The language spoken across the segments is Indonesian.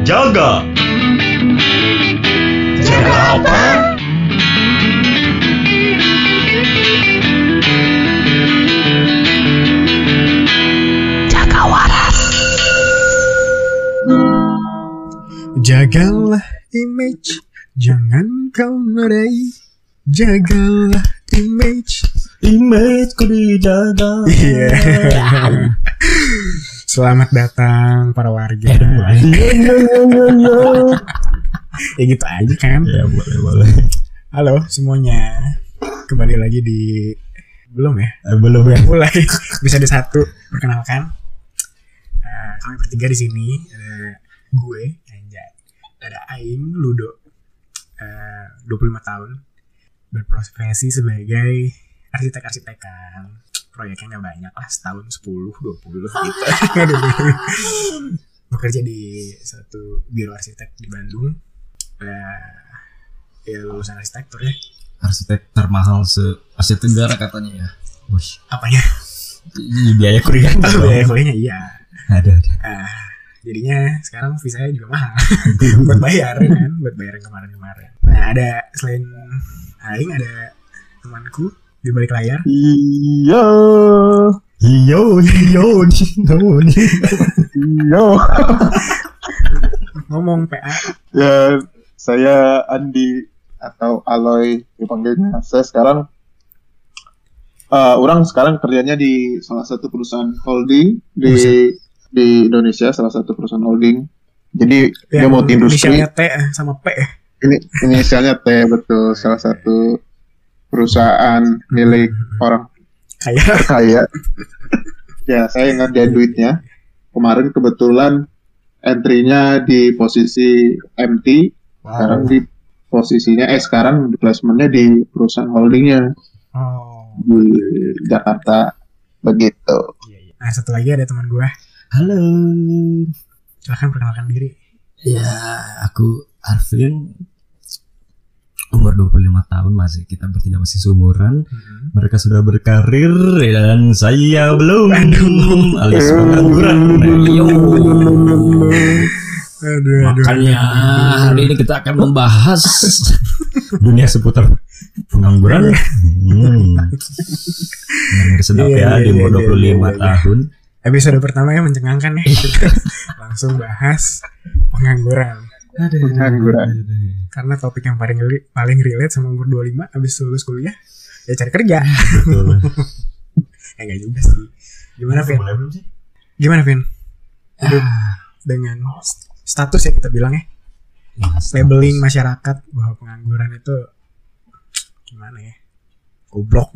Jaga. Jaga apa? Jaga waras. Jagalah image, jangan kau nodai. Jagalah image. Image ku dijaga. Iya. Selamat datang para warga. Ya gitu aja kan. Ya boleh. Halo semuanya. Kembali lagi di belum ya? Belum ya. Mulai episode 1. Perkenalkan. Kami bertiga di sini. Ada gue, Anjay. Ada Aing, Ludo. 25 tahun. Berprofesi sebagai arsitek-arsitekan. Proyeknya gak banyak lah, setahun 10-20 gitu. Bekerja di satu biro arsitek di Bandung. Ya lulusan arsitektur ya. Arsitek termahal se-Asia Tenggara katanya ya. Wush. Apanya? Biaya kuliah. Biaya kuliahnya iya. Ada. Jadinya sekarang visanya juga mahal. Buat bayar kan, buat bayar yang kemarin-kemarin. Nah ada selain Aing ada temanku di balik layar. Iya. Iyo. Ngomong PA. Ya, saya Andi atau Aloy dipanggilnya. Saya sekarang orang sekarang kerjanya di salah satu perusahaan holding di Indonesia, salah satu perusahaan holding. Jadi dia mau industri. Inisialnya T sama P. Ini inisialnya T, betul, salah satu perusahaan milik orang kaya. Ya, saya ngerjain duitnya. Kemarin kebetulan entry-nya di posisi MT. Sekarang di posisinya sekarang di placementnya di perusahaan holdingnya di Jakarta begitu. Nah satu lagi ada teman gue. Halo. Silahkan perkenalkan diri. Ya, aku Arvin. Umur 25 tahun, kita bertiga masih seumuran. Mereka sudah berkarir dan saya belum. Alias pengangguran. Makanya hari ini kita akan membahas dunia seputar pengangguran. Sedap ya di umur 25 tahun. Episode pertama yang mencengangkan ya. Langsung bahas pengangguran. Pengangguran. Karena topik yang paling relate sama umur 25 abis lulus kuliah ya cari kerja. Betul. Enggak juga sih. Gimana Vin? Hidup dengan status ya kita bilang ya. Labeling masyarakat bahwa pengangguran itu gimana ya? Goblok.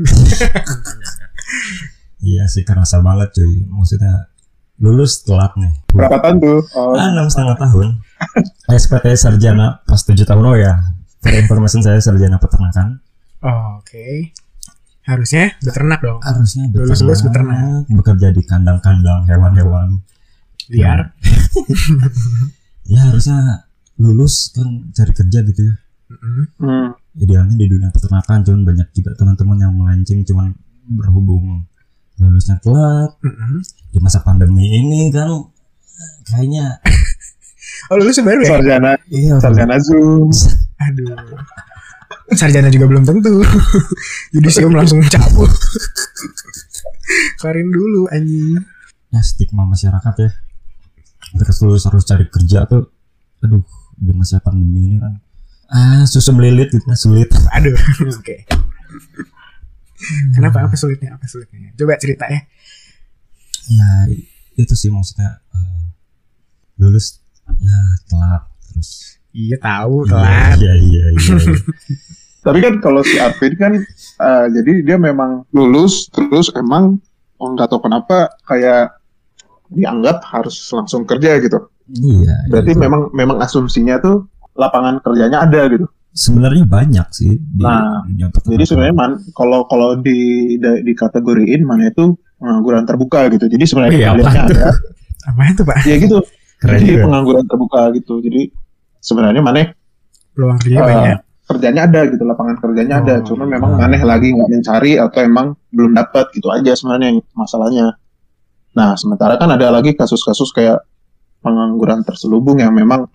Iya sih, kerasa banget cuy. Maksudnya lulus telat nih. Berapa tahun tuh? 6,5 tahun. SPT sarjana pas 7 tahun. Oh ya, for information saya sarjana peternakan. Oh, oke. Harusnya beternak dong. Harusnya lulus beternak. Bekerja di kandang-kandang hewan-hewan liar. Ya harusnya lulus kan cari kerja gitu ya. Idealnya di dunia peternakan, cuman banyak juga teman-teman yang melenceng, cuman berhubung lulusnya telat di masa pandemi ini kan kayaknya. Oh lulus baru ya? Sarjana. Iya, sarjana Zoom. Aduh. Sarjana juga belum tentu. Yudisium langsung cabut. Keluarin dulu anjing. Ya stigma masyarakat ya. Terus lulus harus cari kerja tuh. Aduh, di masa pandemi ini kan susu melilit gitu sulit. Aduh, oke. Kenapa? Apa sulitnya? Coba cerita ya. Ya itu sih maksudnya lulus ya telat terus. Iya tahu telat. Iya. Tapi kan kalau si Arvin kan jadi dia memang lulus terus emang nggak tahu kenapa kayak dianggap harus langsung kerja gitu. Iya. Berarti gitu. memang asumsinya tuh lapangan kerjanya ada gitu. Sebenarnya banyak sih di jadi sebenarnya kalau dikategoriin mana itu pengangguran terbuka gitu. Jadi sebenarnya pilihannya ada. Apa itu Pak? Ya gitu. Keren jadi juga. Pengangguran terbuka gitu. Jadi sebenarnya mana peluang kerja banyak. Kerjanya ada gitu, lapangan kerjanya ada. Cuma memang maneh lagi nggak mencari atau emang belum dapat gitu aja sebenarnya masalahnya. Nah sementara kan ada lagi kasus-kasus kayak pengangguran terselubung yang memang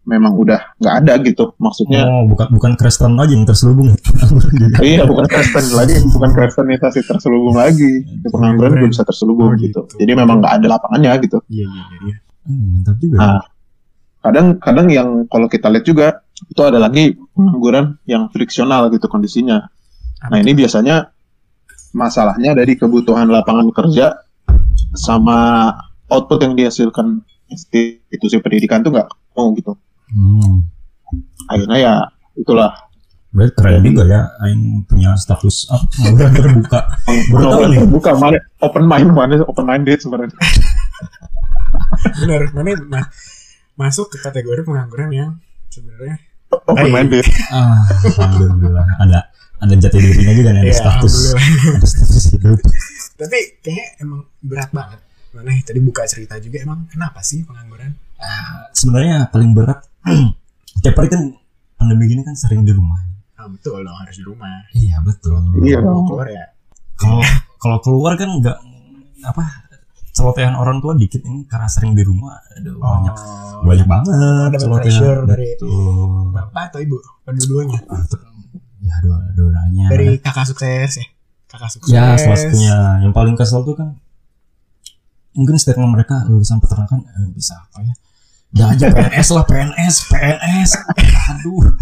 memang udah nggak ada gitu, maksudnya. Bukan Kristen aja yang terselubung. Iya, bukan Kristen lagi, bukan Kristenisasi terselubung lagi. Pengangguran juga bisa terselubung gitu. Jadi memang nggak ada lapangannya gitu. Iya. Mantap juga. Nah, kadang yang kalau kita lihat juga itu ada lagi pengangguran yang friksional gitu kondisinya. Nah, ini biasanya masalahnya dari kebutuhan lapangan kerja sama output yang dihasilkan institusi pendidikan tuh nggak mau gitu. Akhirnya ya itulah. Berarti keren juga ya, Aing punya status pengangguran terbuka. Terbuka, mana open minded sebenarnya. Benar, mana masuk ke kategori pengangguran yang sebenarnya open minded. Alhamdulillah ada jati dirinya juga nih, ada status hidup. Tapi kayaknya emang berat banget. Mana tadi buka cerita juga, emang kenapa sih pengangguran? Sebenarnya paling berat tiap hari kan pandemi gini kan sering di rumah. Betul dong, harus di rumah. Iya betul. Iya. Keluar ya. Kalau keluar kan nggak celotehan orang tua dikit, ini karena sering di rumah. Aduh, banyak banget. Ada pressure dari betul. bapak atau ibu, dua-duanya. Ya dua-duanya. Dari kakak sukses ya. Ya salah satunya. Yang paling kesel tuh kan mungkin statement mereka lulusan peternakan bisa apa ya? Udah aja PNS lah, PNS. Aduh.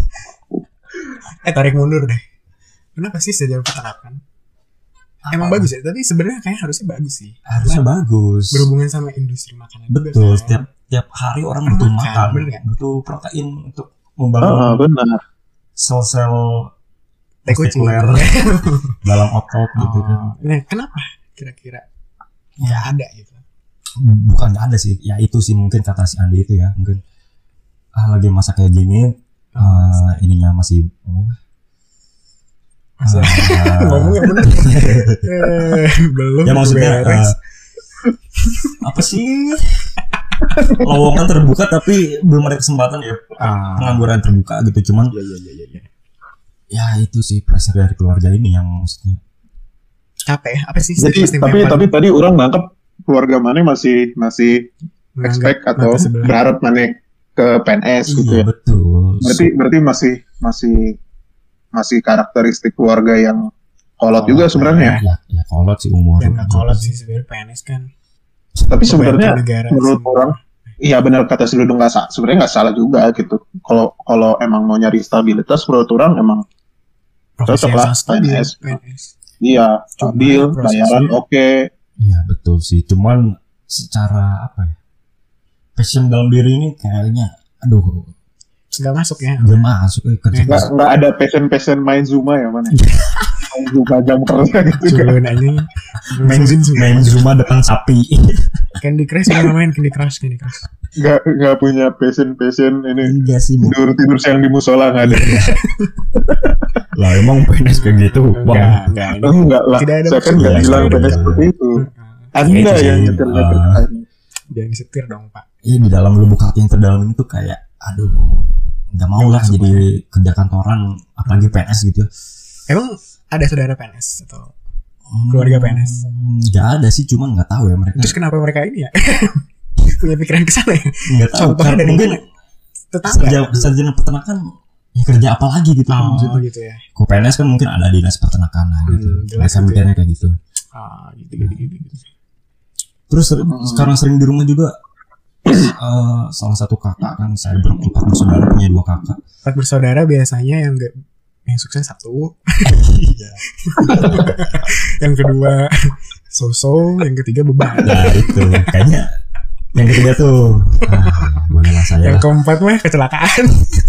Tarik mundur deh. Kenapa sih sejarah peternakan? Emang bagus ya, tapi sebenarnya kayaknya harusnya bagus sih. Harusnya bagus. Berhubungan sama industri makanan. Betul, juga, tiap hari orang butuh makan, butuh protein untuk membangun sel-sel testikuler dalam otot gitu kan. Nah, kenapa kira-kira nggak ada gitu? Bukan nggak ada sih, ya itu sih mungkin kata si Andi itu ya, mungkin lagi masa kayak gini, ininya masih ngomong yang benar. Belum. Ya maksudnya apa sih? Lowongan terbuka tapi belum ada kesempatan ya. Pengangguran terbuka gitu, cuman. Iya. Ya itu sih pressure dari keluarga ini yang maksudnya. Capek apa sih? Jadi tapi tadi orang nangkep keluarga mana masih expect atau berharap mana ke PNS gitu ya. Betul. Berarti masih karakteristik keluarga yang kolot juga sebenarnya. Ya kolot sih umur. Yang nggak kolot sih sebenarnya PNS kan. Tapi sebenarnya menurut orang, iya benar kata si Dudung, sebenarnya nggak salah juga gitu. Kalau emang mau nyari stabilitas, menurut orang emang cocok lah PNS. Iya, stabil, bayaran oke. Iya betul sih. Cuman secara apa ya? Passion dalam diri ini kayaknya, aduh. Nggak masuk ya? Nggak masuk kerja. Nggak ada passion main Zuma ya mana? Main Zuma jam kerja gitu. Culun aja. Main Zuma depan sapi. Candy Crush juga main Candy Crush. Nggak punya passion ini. Enggak sih. Tidur siang di musola nggak ada. Lah emang PNS kayak gitu? Enggak lah. Saya kan nggak bilang PNS seperti itu. Anda yang nyetir. Jangan setir dong Pak. Iya, di dalam lubuk hati yang terdalam itu kayak aduh nggak mau lah jadi kerja kantoran apalagi PNS gitu. Emang ada saudara PNS atau keluarga PNS? Nggak ada sih, cuman nggak tahu ya mereka. Terus kenapa mereka ini ya punya pikiran kesana ya? Nggak tahu. Contohnya mungkin sarjana peternakan ya kerja apa lagi gitu kan maksudnya. Gitu ya. Kok PNS kan mungkin ada dinas peternakan lah gitu. Mereka mikirnya kayak gitu. Gitu. Terus sekarang sering di rumah juga. Salah satu kakak kan, saya berempat bersaudara, punya 2 kakak. 4 bersaudara biasanya yang sukses 1. Yang kedua so-so, yang ketiga beban. Nah itu kayaknya yang ketiga tuh bolehlah saya. Yang keempat mah kecelakaan.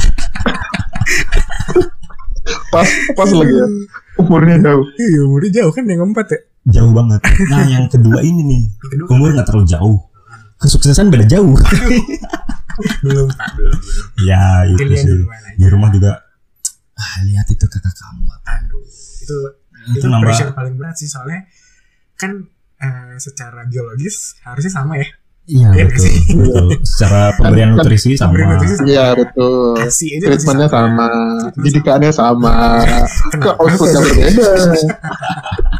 Pas lagi ya. Umurnya jauh. Iya, umurnya jauh kan yang keempat ya. Jauh banget. Nah yang kedua ini nih, umur nggak terlalu jauh. Kesuksesan beda jauh. belum. Ya itu sih. Di rumah juga lihat itu kakak kamu. Aduh, itu pressure paling berat sih, soalnya kan secara biologis harusnya sama ya. Iya betul. Secara pemberian nutrisi sama. Iya betul. Treatmentnya sama, didikannya sama, ke outputnya berbeda.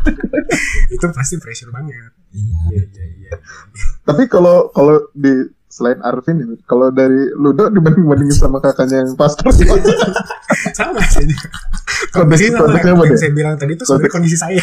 Itu pasti pressure banget. Iya. Tapi kalau selain Arvin ini, kalau dari Ludo dibanding-bandingin sama kakaknya yang pastor sama sih. Kondisi sama yang saya bilang tadi itu sebenarnya kondisi saya.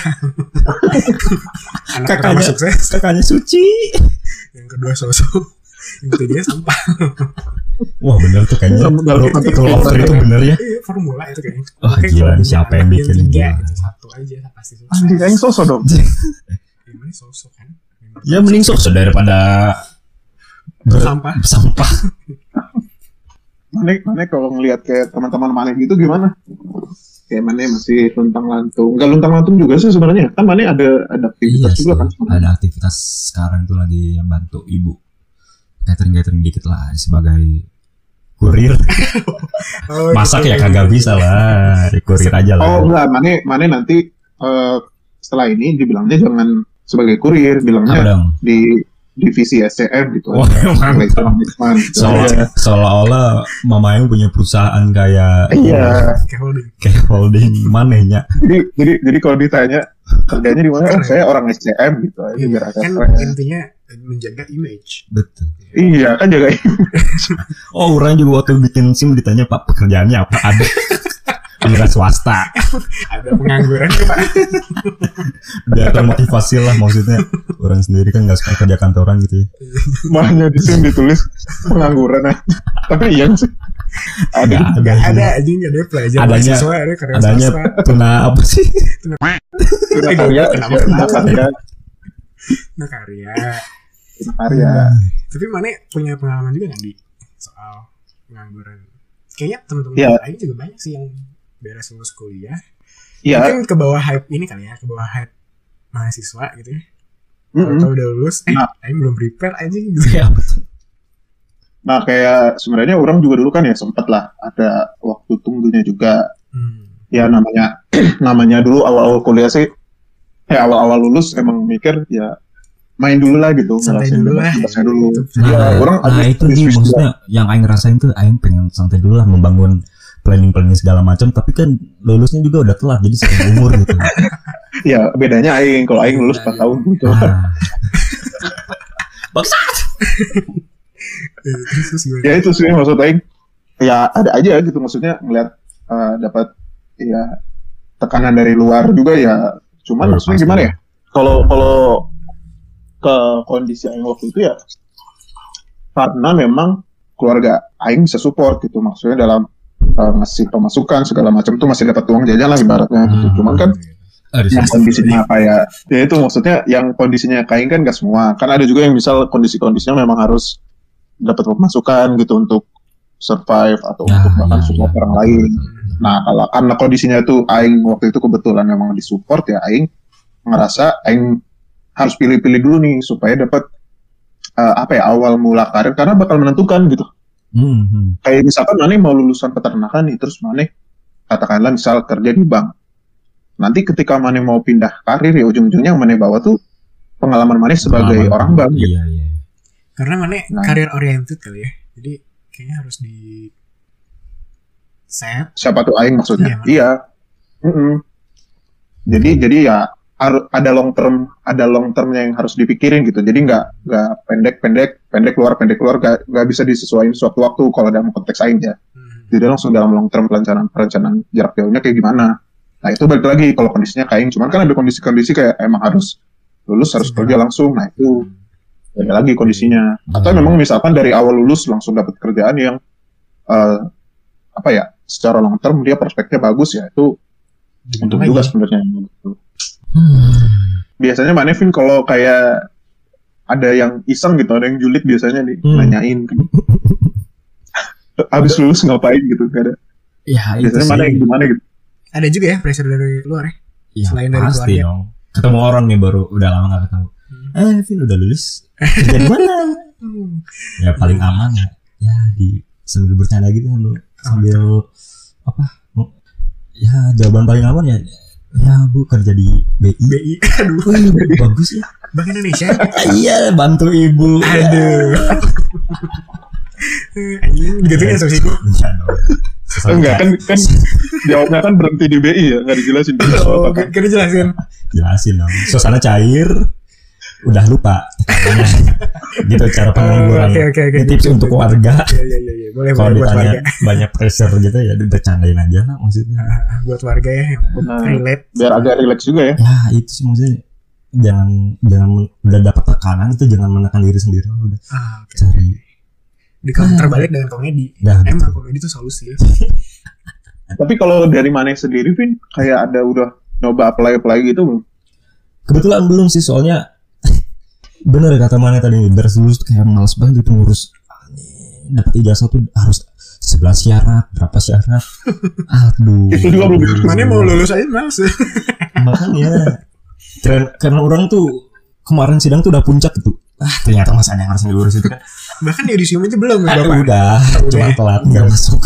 Anak pertama sukses, kakaknya suci, yang kedua sosok, yang ketiga sampah. Wah bener tuh kayaknya. Kalau itu bener ya. Iya, formula itu kayaknya. Wah gila, siapa yang bikin dia? Satu aja pasti sukses. anjing aing sosok dong. Gimana sosok kan? Ya mending sosok daripada sampah. Mana kalau ngelihat kayak teman-teman Mane gitu gimana? Kayak Mane masih luntang lantung. Enggak luntang lantung juga sih sebenarnya. Kan Mane ada aktivitas juga kan. Ada aktivitas sekarang tuh lagi bantu ibu. Catering dikit lah sebagai kurir. Masak ya kagak bisa lah. Kurir aja lah. Oh enggak, Mane nanti setelah ini dibilangnya jangan sebagai kurir, bilangnya di divisi SCM gitu. Oh, seolah-olah Mama yang punya perusahaan kayak kayak holding manehnya. Jadi kalau ditanya kerjanya di mana? Saya orang SCM gitu aja biar agak kan intinya menjaga image. Betul. Iya kan jaga image. Oh orang juga waktu bikin SIM ditanya Pak pekerjaannya apa ada. Wira swasta. Ada pengangguran ya Pak. Biar termotivasi lah maksudnya. Orang sendiri kan gak suka kerja kantoran gitu ya. Makanya di sini ditulis pengangguran aja. Tapi iya sih. Ada aja nggak ada pelajar mahasiswa ada karya adanya swasta. Tuna apa sih? Tuna karya. Tapi Mane punya pengalaman juga nggak di soal pengangguran? Kayaknya teman-teman lain juga banyak sih yang beres lulus kuliah. Iya. Mungkin ke bawah hype ini kali ya, ke bawah hype mahasiswa gitu ya. Kalau udah lulus, Aing belum prepare aja gitu ya. Nah kayak sebenarnya orang juga dulu kan ya sempat lah ada waktu tunggunya juga. Ya namanya dulu awal-awal kuliah sih, ya awal-awal lulus emang mikir ya main dulu lah gitu, santai dulu lah. Nah itu nih maksudnya yang Aing rasain tuh Aing pengen santai dulu lah membangun planning segala macam, tapi kan lulusnya juga udah telat jadi setengah umur gitu. Ya bedanya Aing, kalau Aing lulus 4 tahun gitu. Bangsat. Ya itu sih maksud Aing. Ya ada aja gitu maksudnya ngeliat dapat ya tekanan dari luar juga ya. Cuman maksudnya gimana ya? Kalau ke kondisi Aing waktu itu ya karena memang keluarga Aing bisa support gitu, maksudnya dalam ngasih pemasukan segala macam tuh masih dapat uang jajan lah ibaratnya gitu. Cuman kan yang kondisinya kayak ya itu maksudnya yang kondisinya kayak kan gak semua kan, ada juga yang misal kondisinya memang harus dapat pemasukan gitu untuk survive atau untuk bahkan support orang lain. Nah kalau karena kondisinya itu Aing waktu itu kebetulan memang disupport ya, Aing ngerasa Aing harus pilih-pilih dulu nih supaya dapat awal mula karir karena bakal menentukan gitu. Kayak misalkan Mane mau lulusan peternakan nih, terus Mane katakanlah misal kerja di bank. Nanti ketika Mane mau pindah karir ya ujung-ujungnya yang Mane bawa tuh pengalaman Mane sebagai orang bank gitu. Iya. Karena Mane karir oriented kali ya. Jadi kayaknya harus di set. Siapa tuh Aing maksudnya? Iya. Jadi ya ada long termnya yang harus dipikirin gitu. Jadi nggak pendek keluar nggak bisa disesuaikan suatu waktu kalau dalam konteks Aing ya. Jadi langsung dalam long term perencanaan jarak jauhnya kayak gimana. Nah itu balik lagi kalau kondisinya kayak Aing. Cuman kan ada kondisi-kondisi kayak emang harus lulus harus kerja langsung. Nah itu beda lagi kondisinya. Atau memang misalkan dari awal lulus langsung dapat kerjaan yang secara long term dia prospeknya bagus ya, itu untuk juga sebenarnya gitu. Biasanya Mbak Nevin kalau kayak ada yang iseng gitu, ada yang julid biasanya nih nanyain habis lulus ngapain gitu, gak ada. Ya, biasanya mana yang gimana gitu. Ada juga ya pressure dari luar ya selain dari pasti keluarga. Dong. Ketemu orang nih baru udah lama gak ketemu. Nevin udah lulus kerja di mana? Ya paling aman ya di sambil bercanda gitu sambil ya jawaban paling aman ya Bu kerja di BI. Aduh, bagus ya. Bank Indonesia. Iya, bantu ibu. Aduh. Anjing gitu kan sosiku. Enggak kan jawabnya kan berhenti di BI ya, enggak dijelasin. Kan dijelasin. Jelasin dong. Suasana cair. udah lupa gitu cara pengangguran. Oke. Ini tips untuk warga. Iya. Boleh Kalau buat ditanya warga. banyak pressure gitu ya bercandain aja lah maksudnya. Buat warga ya yang relate. Biar agak relax juga ya. Ya itu sih maksudnya jangan udah dapat tekanan itu jangan menekan diri sendiri udah Oke. cari Di counter balik dengan komedi. Nah, Emang komedi itu solusi. Tapi kalau dari Maneh sendiri, Vin, kayak ada udah nyoba apply gitu belum? kebetulan belum sih soalnya bener kata Maneh tadi beres lulus tuh kayak males banget gitu ngurus dapat ijazah tuh harus 11 syarat berapa syarat aduh Itu juga belum. Mana mau lulus aja males. makanya karena orang tuh kemarin sidang tuh udah puncak gitu ternyata masih ada yang harus diurus itu kan Bahkan di audisium itu belum ya Bapak. udah cuma telat nggak masuk.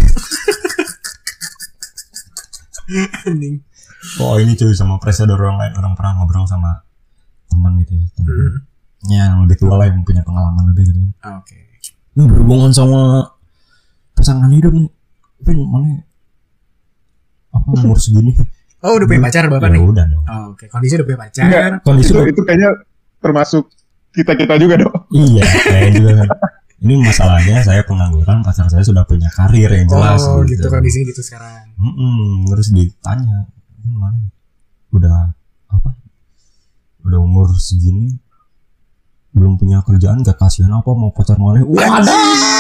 Anjing. Oh ini cuy sama presiden orang lain orang pernah ngobrol sama teman gitu ya teman yang lebih tua lah yang punya pengalaman lebih gitu. Oke. Ini berhubungan sama pasangan hidup nih. Vin mana apa umur segini? Oh udah punya pacar Bapak Ya nih? udah dong. Oke. Kondisi udah punya pacar. Enggak. Kondisi Itu kayaknya termasuk kita juga dong. iya kayak juga kan. Ini masalahnya saya pengangguran pacar saya sudah punya karir yang jelas. Oh gitu kondisinya gitu sekarang. Terus ditanya mana udah apa? Udah umur segini belum punya kerjaan gak kasihan apa mau pacar mana? Waduh.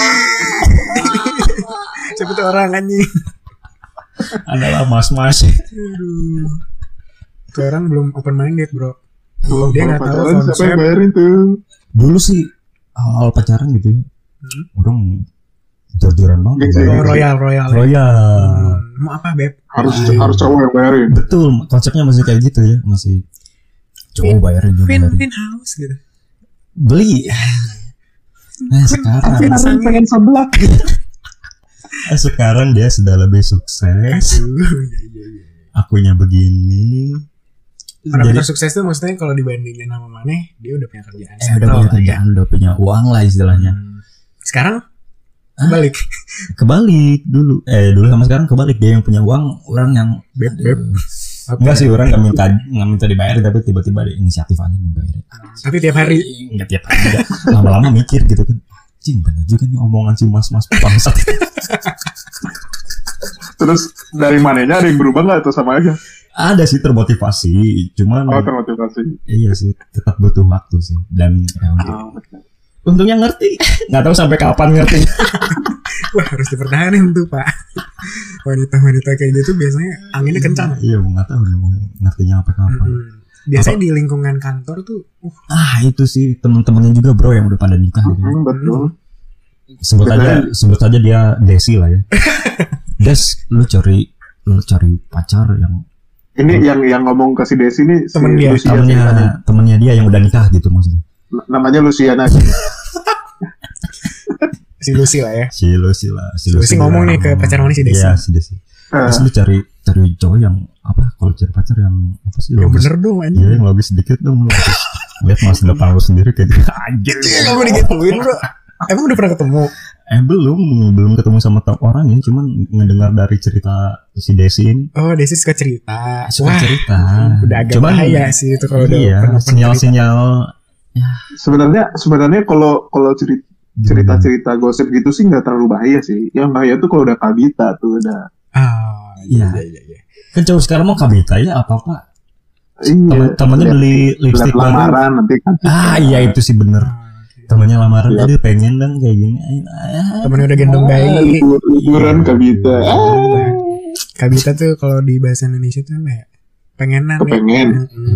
Siapa tuh orang anjing. Adalah mas-mas. Aduh. Tuh orang belum open minded bro. Dia nggak tahu Pacaran siapa konsep. yang bayarin tuh? Dulu sih awal pacaran gitu ya. Orang jor-joran banget. Gengsi. Oh, royal. Mau apa beb? Harus cowok yang bayarin. Betul, konsepnya masih kayak gitu ya, masih cowok bayarin juga bayarin. Pin house gitu. Beli. Sekarang pengen sebelah. sekarang dia sudah lebih sukses. Akunya begini. Orang Jadi tersukses tuh maksudnya kalau dibandingin sama Maneh, dia udah punya kerjaan. udah punya kerjaan, udah punya uang lah istilahnya. Sekarang balik. Kebalik dulu. Dulu sama sekarang kebalik, dia yang punya uang, orang yang Beb. enggak sih, orang nggak minta dibayar tapi tiba-tiba ada inisiatif aja dibayar. Tapi tiap hari. Enggak tiap hari enggak. Lama-lama mikir gitu kan. Cing bener juga nih omongan si mas-mas bangsat. Terus dari mananya ada yang berubah nggak atau sama aja? Ada sih termotivasi, cuman Termotivasi. iya sih tetap butuh waktu sih dan ya udah. Betul. Untungnya ngerti, nggak tahu sampai kapan ngerti. Wah harus dipertahanin tuh pak. Wanita-wanita kayak gitu biasanya anginnya kencang. Iya nggak tahu nih mau ngertinya sampai kapan. Biasanya di lingkungan kantor tuh Itu sih teman-temannya juga bro yang udah pada nikah gitu. Betul. Sebut saja dia Desi lah ya. Des, lu cari pacar yang Ini yang ngomong ke si Desi ini Temen dia. temennya dia yang udah nikah gitu maksudnya. Namanya Luciana. si Lucy lah ya. Si Lucy ngomong nih ke pacar mana si Desi. Iya si Desi. Terus lu cari cowok yang apa? Kalau cari pacar yang apa sih? Yang Logis. bener dong anjing. Iya yang logis sedikit dong lu. Lihat masa depan lu sendiri kayak gitu. Anjir. Kamu digituin bro. Emang udah pernah ketemu? Belum ketemu sama orang ya, cuman ngedengar dari cerita si Desi ini. Oh Desi suka cerita. Suka cerita. Udah agak Cuman, bahaya sih itu kalau udah iya, pernah sinyal-sinyal Sebenarnya kalau cerita gosip gitu sih nggak terlalu bahaya sih. Yang bahaya tuh kalau udah kabita tuh udah. Iya. Kan cowok sekarang mau kabita ya apa-apa. Temannya beli lipstick baru. Lamaran nanti kan. Iya itu sih bener. Temannya lamaran aduh pengen dong kayak gini. Temennya udah gendong bayi. Liburan kabita. Kabita tuh kalau di bahasa Indonesia tuh apa ya? Pengenan. Kepengen.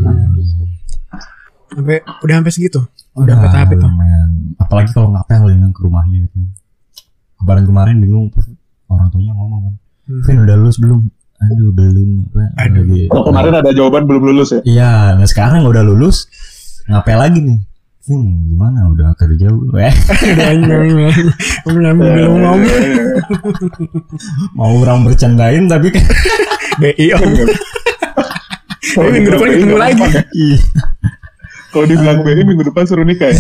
Udah sampai segitu. Udah sampai tahap itu. Apalagi kalau ngapel yang ke rumahnya itu. Kemarin bingung orang tuanya ngomong kan. Vin udah lulus belum? Aduh belum. Oh, kemarin ada jawaban belum lulus ya? Iya, nah sekarang udah lulus ngapel lagi nih. Gimana udah kerja belum? Belum ngomong. Mau orang bercandain tapi kan BI om. Tapi minggu depan ketemu lagi. Kalau dibilang BI minggu depan suruh nikah ya?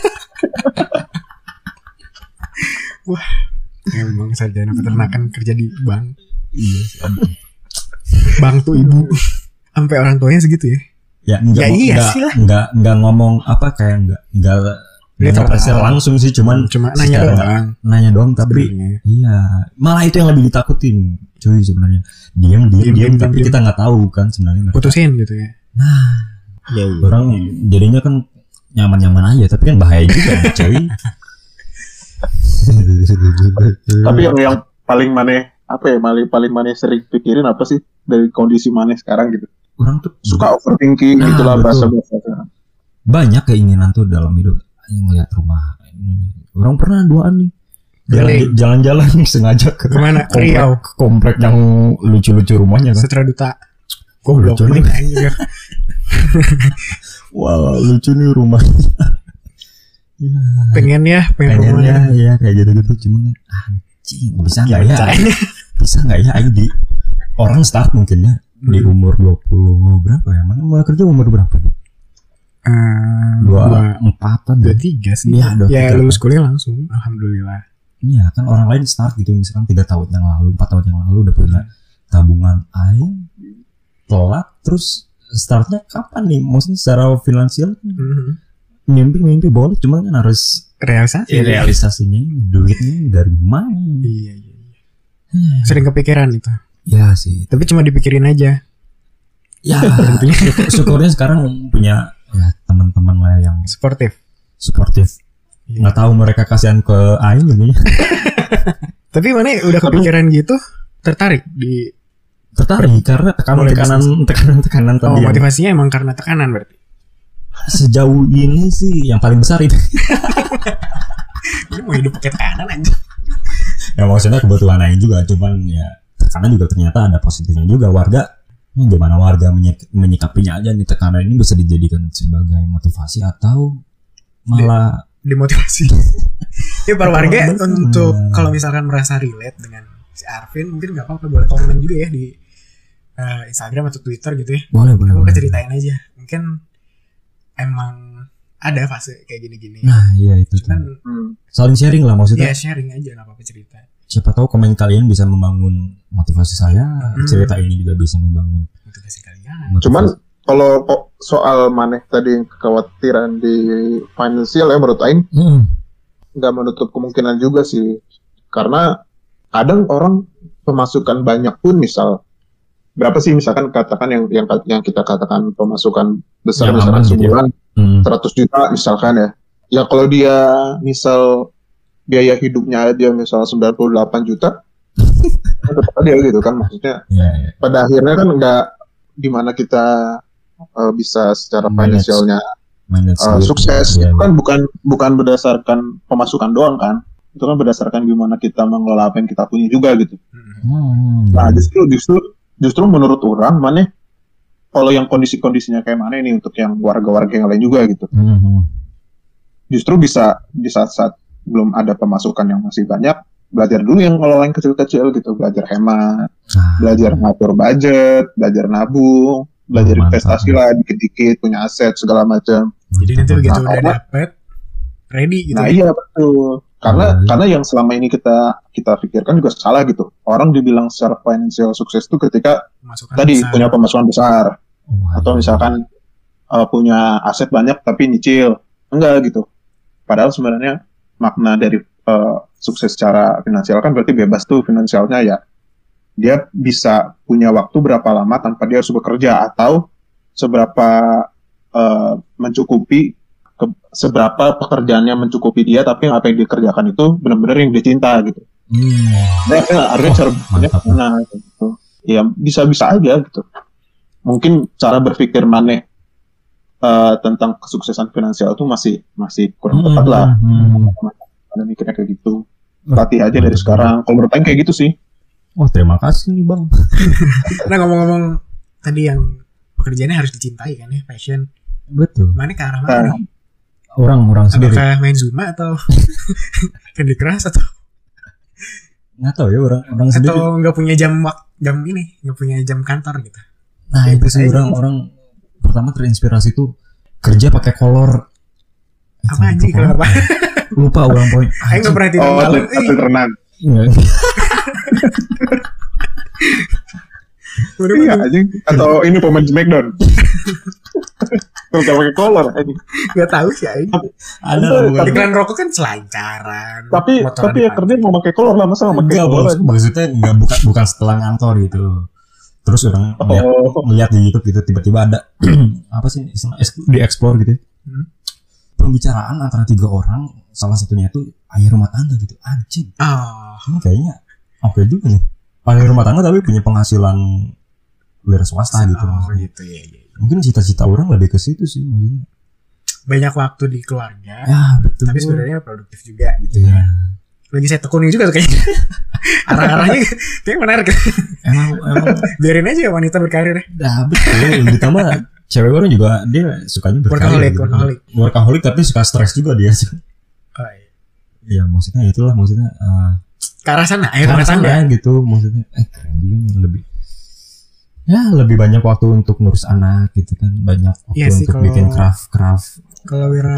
Wah, emang sarjana peternakan kerja di bank. iya. Bank tuh ibu. Sampai orang tuanya segitu ya? Ya enggak ngomong apa kayak enggak ngepressure langsung sih, cuma nanya doang tapi sebenernya. Iya, malah itu yang lebih ditakutin cuy sebenarnya. Diam tapi kita nggak tahu kan sebenarnya putusin gitu ya. Nah, orang jadinya kan nyaman-nyaman aja tapi kan bahaya juga cuy. Tapi yang paling paling maneh sering pikirin apa sih dari kondisi maneh sekarang gitu? Orang tuh suka overthinking gitulah bahasa-bahasa. Banyak keinginan tuh dalam hidup yang ngeliat rumah ini. Orang pernah duaan nih jalan-jalan sengaja ke kemana? Riau, ke komplek yang lucu-lucu rumahnya kan. Setra Duta. Goblok nih anjir. Wah, lucu nih rumahnya. Ya. Pengen ya kayak gitu cuma anjing bisa nggak ya ayo di orang start mungkin ya di umur 20 berapa ya, mana mulai kerja umur berapa? 24-an 23 sih ya lulus kuliah langsung alhamdulillah. Iya kan orang lain start gitu misalkan 3 tahun yang lalu 4 tahun yang lalu udah punya tabungan aing telat, terus startnya kapan nih maksudnya secara finansial? Mimpi boleh cuma kan harus realisasinya duitnya dari mana? Iya. Sering kepikiran itu. Ya sih. Tapi cuma dipikirin aja. Ya. Syukurnya sekarang punya ya teman-teman lah yang sportif. Iya. Nggak tahu mereka kasihan ke Aing ini. Tapi mana udah kepikiran gitu? Tertarik karena tekanan tadi. Motivasinya emang karena tekanan berarti. Sejauh ini sih yang paling besar itu. Ini mau hidup pakai tekanan aja. Ya maksudnya kebetulan Aing juga, cuman ya tekanan juga ternyata ada positifnya juga. Gimana warga menyikapinya aja nih, tekanan ini bisa dijadikan sebagai motivasi atau malah demotivasi. Ya para warga untuk kalau misalkan merasa relate dengan si Arvin mungkin nggak apa-apa boleh komen juga ya di Instagram atau Twitter gitu ya. Boleh. Kita ceritain aja. Mungkin emang ada fase kayak gini-gini. Nah iya itu. Cuman saling sharing lah maksudnya. Ya sharing aja nggak apa-apa cerita. Siapa tahu komen kalian bisa membangun motivasi saya. Cerita ini juga bisa membangun motivasi kalian. Cuman kalau soal maneh tadi yang kekhawatiran di finansial ya menurut Aing nggak menutup kemungkinan juga sih, karena kadang orang pemasukan banyak pun misal berapa sih misalkan katakan yang kita katakan pemasukan besar yang misalkan sebulan 100 juta misalkan ya kalau dia misal biaya hidupnya dia misal 98 juta tetap dia gitu kan maksudnya pada akhirnya kan nggak gimana kita bisa secara finansialnya sukses itu kan bukan berdasarkan pemasukan doang kan, itu kan berdasarkan gimana kita mengelola apa yang kita punya juga gitu. Nah justru menurut orang mana kalau yang kondisinya kayak mana ini untuk yang warga-warga yang lain juga gitu, justru bisa di saat-saat belum ada pemasukan yang masih banyak belajar dulu yang ngelola yang kecil-kecil gitu, belajar hemat, belajar ngatur budget, belajar nabung, belajar investasi lah dikit-dikit, punya aset segala macam. Jadi nanti begitu udah dapet ready gitu. Nah iya betul. Karena yang selama ini kita pikirkan juga salah gitu. Orang dibilang secara financial sukses itu ketika tadi besar. Punya pemasukan besar atau misalkan punya aset banyak tapi nyicil. Enggak gitu. Padahal sebenarnya makna dari sukses secara finansial kan berarti bebas tuh finansialnya ya. Dia bisa punya waktu berapa lama tanpa dia harus bekerja atau seberapa mencukupi seberapa pekerjaannya mencukupi dia tapi apa yang dikerjakan itu benar-benar yang dia cinta gitu. Nah, artinya cara berpikirnya mana gitu. Ya bisa-bisa aja gitu. Mungkin cara berpikir maneh tentang kesuksesan finansial itu masih kurang tepat lah. Ada mikirnya kayak gitu. Latih aja dari sekarang. Kalau menurut kayak gitu sih. Wah terima kasih nih bang. Nah ngomong-ngomong tadi yang pekerjaannya harus dicintai kan ya, passion. Betul. Mana ke arah mana nih? Orang sendiri. Apakah main Zuma atau Candy Crush atau nggak tahu ya orang sendiri. Atau nggak punya jam ini, nggak punya jam kantor gitu. Nah itu sih orang pertama terinspirasi tuh kerja pakai kolor. Apa anjing kalau apa? Lupa orang poin. Ayo nggak pernah tidur malam. Atlet renang. Iya anjing. Atau ini pemain Smackdown. Gak pakai kolor anjing. Gak tahu sih aing. Ada bukan? Iklan rokok kan selancaran. Tapi ya kerja mau pakai kolor lah, masa mau pakai Enggak, kolor? maksudnya enggak bukan setelah ngantor gitu. Terus orang melihat di YouTube gitu tiba-tiba ada apa sih di explore gitu. Pembicaraan antara 3 orang, salah satunya itu ayah rumah tangga gitu. Anjing. Ini kayaknya oke juga nih. Ayah rumah tangga tapi punya penghasilan wira swasta gitu. Gitu ya. Mungkin cita-cita orang lebih ke situ sih maksudnya. Banyak waktu di keluarga. Ya, betul. Tapi sebenarnya produktif juga gitu. Iya. Lagi saya tekuni juga tuh kayaknya. Arah-arahnya kayak menarik. Emang Biarin aja wanita berkarir. dah betul. Ditambah cewek orang juga dia sukanya berkarir. Workaholic tapi suka stres juga dia sih. Oh, iya. Ya maksudnya itulah maksudnya ke arah sana, ke arah sana gitu maksudnya. Keren juga nih, lebih banyak waktu untuk ngurus anak gitu kan, banyak waktu sih, untuk bikin craft. Kalau wira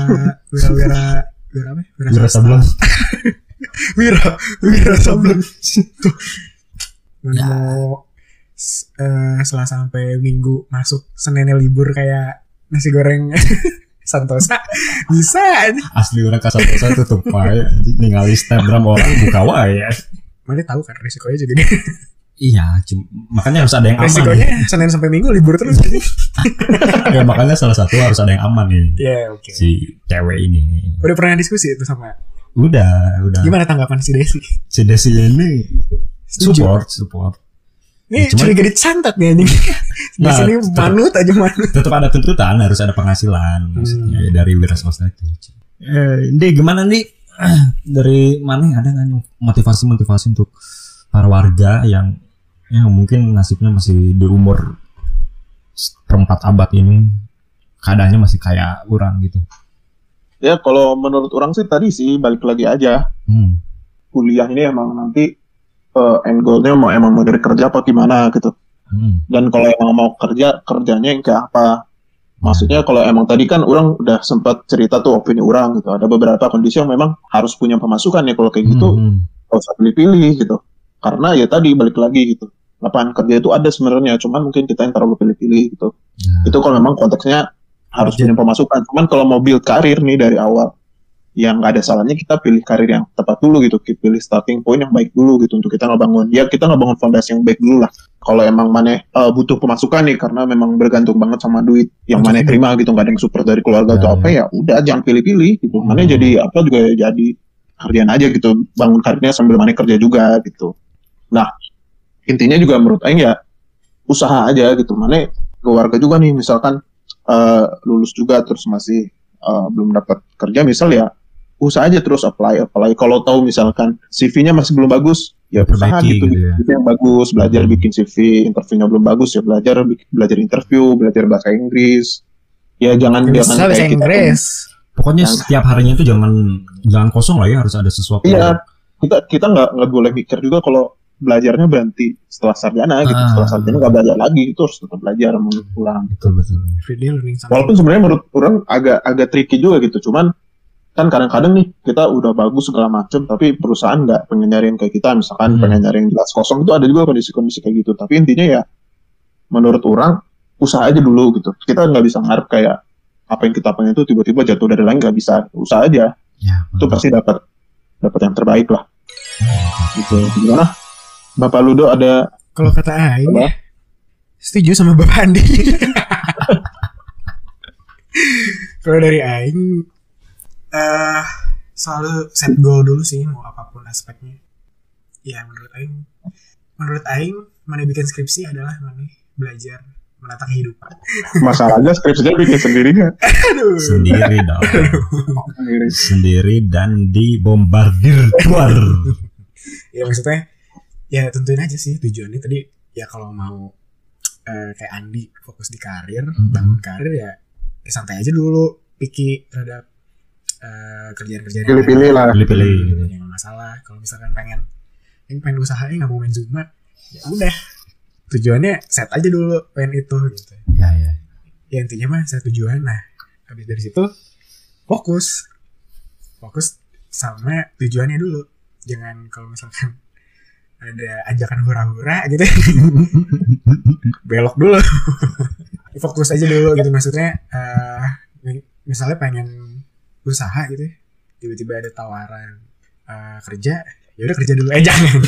sablon. Wira sablon. Mau Selasa sampai Minggu masuk, Seninnya libur kayak nasi goreng Santosa bisa aja. Asli orang ke Santosa tutup wae anjing, ningali Instagram orang buka wae. Mana tahu kan risikonya juga. Iya, makanya harus ada yang aman. Risikonya Senin sampai Minggu libur terus. Ya makanya salah satu harus ada yang aman nih. Iya, oke. Si cewek ini. Udah pernah diskusi itu sama? Udah. Gimana tanggapan si Desi? Si Desi ini support. Ini ya, curiga dicantat nih anjing. Di sini manut. Tetap ada tuntutan, harus ada penghasilan maksudnya dari wira swasta itu. Ini gimana nih? Dari mana ada nggak motivasi untuk para warga yang mungkin nasibnya masih di umur 4 abad ini, keadaannya masih kayak orang gitu. Ya kalau menurut orang sih tadi sih balik lagi aja. Kuliah ini emang nanti end goalnya emang mau dari kerja apa gimana gitu. Dan kalau emang mau kerjanya yang kayak apa? Maksudnya kalau emang tadi kan orang udah sempat cerita tuh opini orang gitu. Ada beberapa kondisi yang memang harus punya pemasukan ya, kalau kayak gitu nggak usah pilih-pilih gitu. Karena ya tadi balik lagi gitu. Lapangan kerja itu ada sebenarnya, cuman mungkin kita yang terlalu pilih-pilih gitu. Itu kalau memang konteksnya harus punya pemasukan. Cuman kalau mau build karir nih dari awal, yang nggak ada salahnya kita pilih karir yang tepat dulu gitu, pilih starting point yang baik dulu gitu untuk kita ngebangun fondasi yang baik dulu lah. Kalau emang mana butuh pemasukan nih karena memang bergantung banget sama duit yang mana terima gitu, nggak ada yang support dari keluarga atau apa, ya udah jangan pilih-pilih gitu. Mana jadi apa juga jadi kerjaan aja gitu, bangun karirnya sambil mana kerja juga gitu. Nah intinya juga menurut Aing ya usaha aja gitu. Mana keluarga juga nih misalkan lulus juga terus masih belum dapat kerja misal, ya usaha aja terus apply. Kalau tahu misalkan CV-nya masih belum bagus, ya usaha gitu ya. Yang bagus, belajar bikin CV, interviewnya belum bagus ya belajar interview, belajar bahasa Inggris. Ya jangan bahasa kayak Inggris. Pokoknya setiap harinya itu jangan kosong lah ya, harus ada sesuatu. Iya, kita nggak boleh mikir juga kalau belajarnya berhenti setelah sarjana gitu. Setelah sarjana nggak belajar lagi, itu harus tetap belajar menurut orang. Betul. Walaupun sebenarnya menurut orang agak tricky juga gitu. Cuman kan kadang-kadang nih kita udah bagus segala macam, tapi perusahaan nggak pengen nyariin kayak kita, misalkan pengen nyariin jelas kosong, itu ada juga kondisi-kondisi kayak gitu. Tapi intinya ya menurut orang usaha aja dulu gitu. Kita nggak bisa ngarep kayak apa yang kita pengen itu tiba-tiba jatuh dari langit, nggak bisa. Usaha aja, itu pasti dapat yang terbaik lah. Gitu. Gimana Bapak Ludo, ada? Kalau kata Aing setuju sama Bapak Andi. Kalau dari Aing selalu set goal dulu sih, mau apapun aspeknya. Ya menurut Aing mana bikin skripsi adalah mana belajar menata kehidupan. Masalahnya skripsinya bikin sendiri nggak? Sendiri dong. Sendiri dan dibombardir keluar. Ya maksudnya ya tentuin aja sih tujuannya tadi. Ya kalau mau kayak Andi fokus di karir, bangun karir ya santai aja dulu, pikir terhadap kerjaan-kerjaan pilih-pilih lah, pilih-pilih yang masalah. Kalau misalkan pengen usahanya nggak mau main Zuma, ya udah tujuannya set aja dulu pengen itu gitu. Ya intinya mah set tujuan. Nah habis dari situ fokus sama tujuannya dulu. Jangan kalau misalkan ada ajakan hura-hura gitu belok dulu. fokus aja dulu gitu, maksudnya misalnya pengen usaha gitu ya, tiba-tiba ada tawaran kerja, ya udah kerja dulu aja, jangan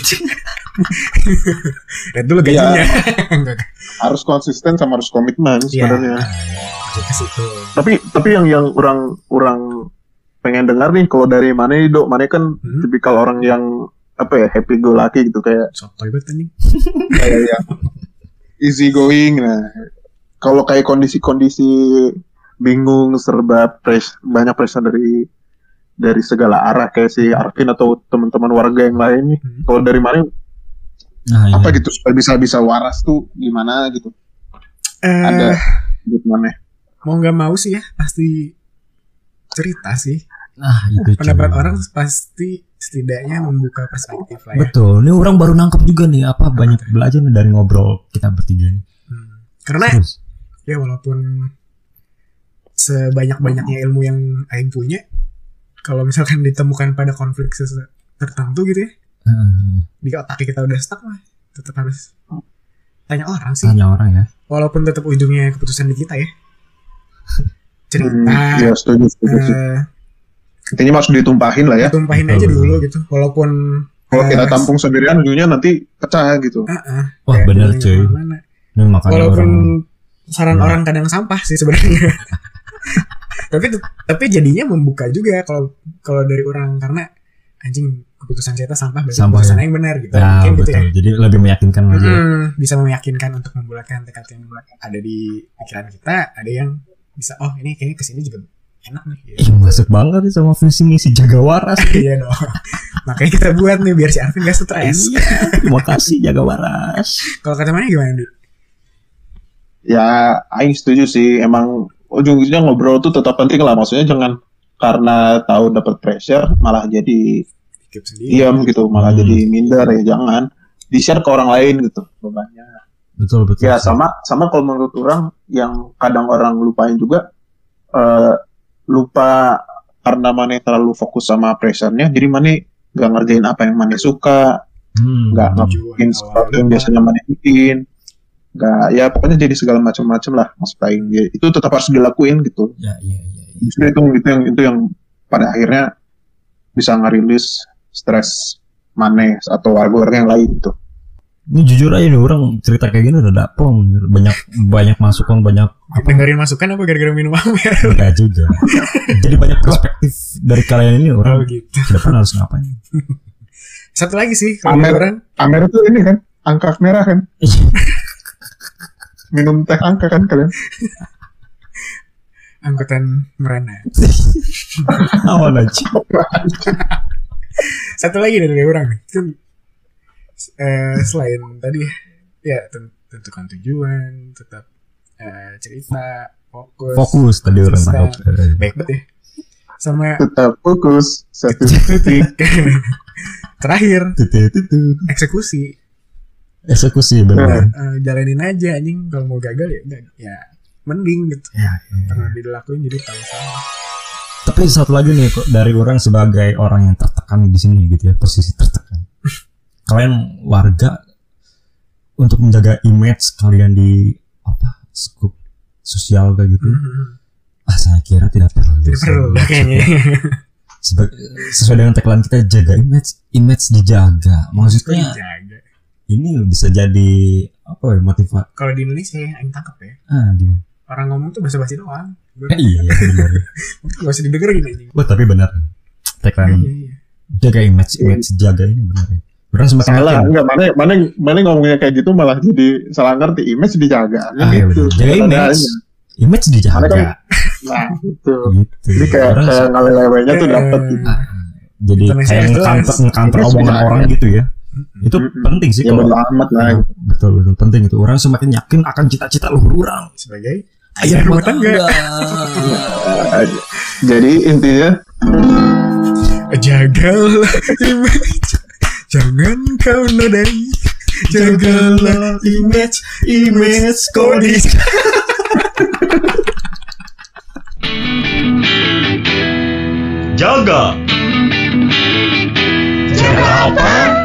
lihat dulu gajinya. Harus konsisten sama harus komitmen sebenarnya. Ke situ. Tapi yang orang pengen dengar nih kalau dari Mane, Dok. Mane kan tipikal orang yang happy go lucky gitu, kayak sotoy banget nih. Kayak yang easy going. Nah, kalau kayak kondisi-kondisi bingung, serba banyak pressure dari segala arah kayak si Arvin atau teman-teman warga yang lain nih. Kalau dari Mane gitu supaya bisa waras tuh gimana gitu? Ada gimana? Mau nggak mau sih ya pasti cerita sih. Nah, itu pendapat orang pasti setidaknya membuka perspektif lah ya. Betul. Ini orang baru nangkep juga nih banyak belajar nih dari ngobrol kita bertiga nih. Karena ya walaupun sebanyak-banyaknya ilmu yang Aing punya, kalau misalkan ditemukan pada konflik tertentu gitu ya, di otak kita udah stuck mah, tetap harus tanya orang sih. Tanya orang ya. Walaupun tetap ujungnya keputusan di kita ya. Cerita. Ya setuju. Intinya harus ditumpahin lah ya. Ditumpahin aja dulu gitu. Walaupun kalau kita tampung sendirian ujungnya nanti pecah gitu. Wah benar cuy. Walaupun saran orang kadang sampah sih sebenarnya. tapi jadinya membuka juga kalau dari orang, karena anjing keputusan kita sampah berarti keputusan yang benar gitu. Ya, mungkin betul. gitu ya. Jadi lebih meyakinkan lagi. Bisa meyakinkan untuk membulatkan tekad yang ada di pikiran kita, ada yang bisa ini kayaknya kesini juga enak nih. Gitu. Masuk banget nih sama visi misi Jaga Waras. Iya dong. Makanya kita buat nih biar si Arvin gak stres. Terima kasih Jaga Waras. Kalau kata Mane gimana, Di? Ya, Aing setuju sih. Emang ujung-ujungnya ngobrol tuh tetap penting lah. Maksudnya jangan karena tahu dapat pressure malah jadi diam gitu, malah jadi minder ya. Jangan di-share ke orang lain gitu bebannya. Betul. Ya sama kalau menurut orang yang kadang orang lupain juga, lupa karena Mane terlalu fokus sama pressure-nya, jadi Mane gak ngerjain apa yang Mane suka, gak ngelakuin sesuatu yang biasanya Mane bikin, gak, ya pokoknya jadi segala macam-macam lah maksud Aing. Ya, itu tetap harus dilakuin gitu. Ya. Justru itu yang pada akhirnya bisa ngerilis stres Mane atau warga-warga yang lain gitu. Ini jujur aja nih, orang cerita kayak gini udah dapong, banyak masukan, banyak dengerin masukan apa gara-gara minum Amer? Enggak juga. Jadi banyak perspektif dari kalian ini, orang gitu. Ke depan harus ngapain. Satu lagi sih, Amer itu ini kan angka merah kan. Minum teh angka kan kalian. Angkutan merana. Awal aja. Satu lagi dari orang nih kan, selain tadi ya tentukan tujuan, tetap cerita, fokus tadi orang tahu. Baik banget ya. Sama tetap fokus satu titik. Terakhir eksekusi benar. Jalanin aja anjing, kalau mau gagal ya mending gitu. Ya. Karena dilakuin jadi tahu salah. Tapi satu lagi nih kok, dari orang sebagai orang yang tertekan di sini gitu ya, posisi tertekan. Kalian warga untuk menjaga image kalian di skup sosial kayak gitu, saya kira tidak perlu kayaknya. Sesuai dengan tagline kita, jaga image dijaga. Maksudnya ini bisa jadi motivasi. Kalau di Indonesia yang tangkap ya, gimana? orang ngomong tuh basa-basi doang. Iya benar. Gak usah didengerin aja. Tapi benar tagline jaga image dijaga ini benar ya. Benar semakin salah, enggak, mana ngomongnya kayak gitu malah jadi salah ngerti. Image dijaga gitu. Jaga image dijaga. Nah gitu. Jadi kayak ngalelewenya tuh dapet gitu. Jadi kayak ngekanter omongan orang gitu ya. Itu penting sih. Ya bodo amat lah. Betul penting itu. Orang semakin yakin akan cita-cita luhur orang sebagai ayah rumah tangga. Jadi intinya jagalah image, jangan kau nodai. Jagalah image kau jaga apa?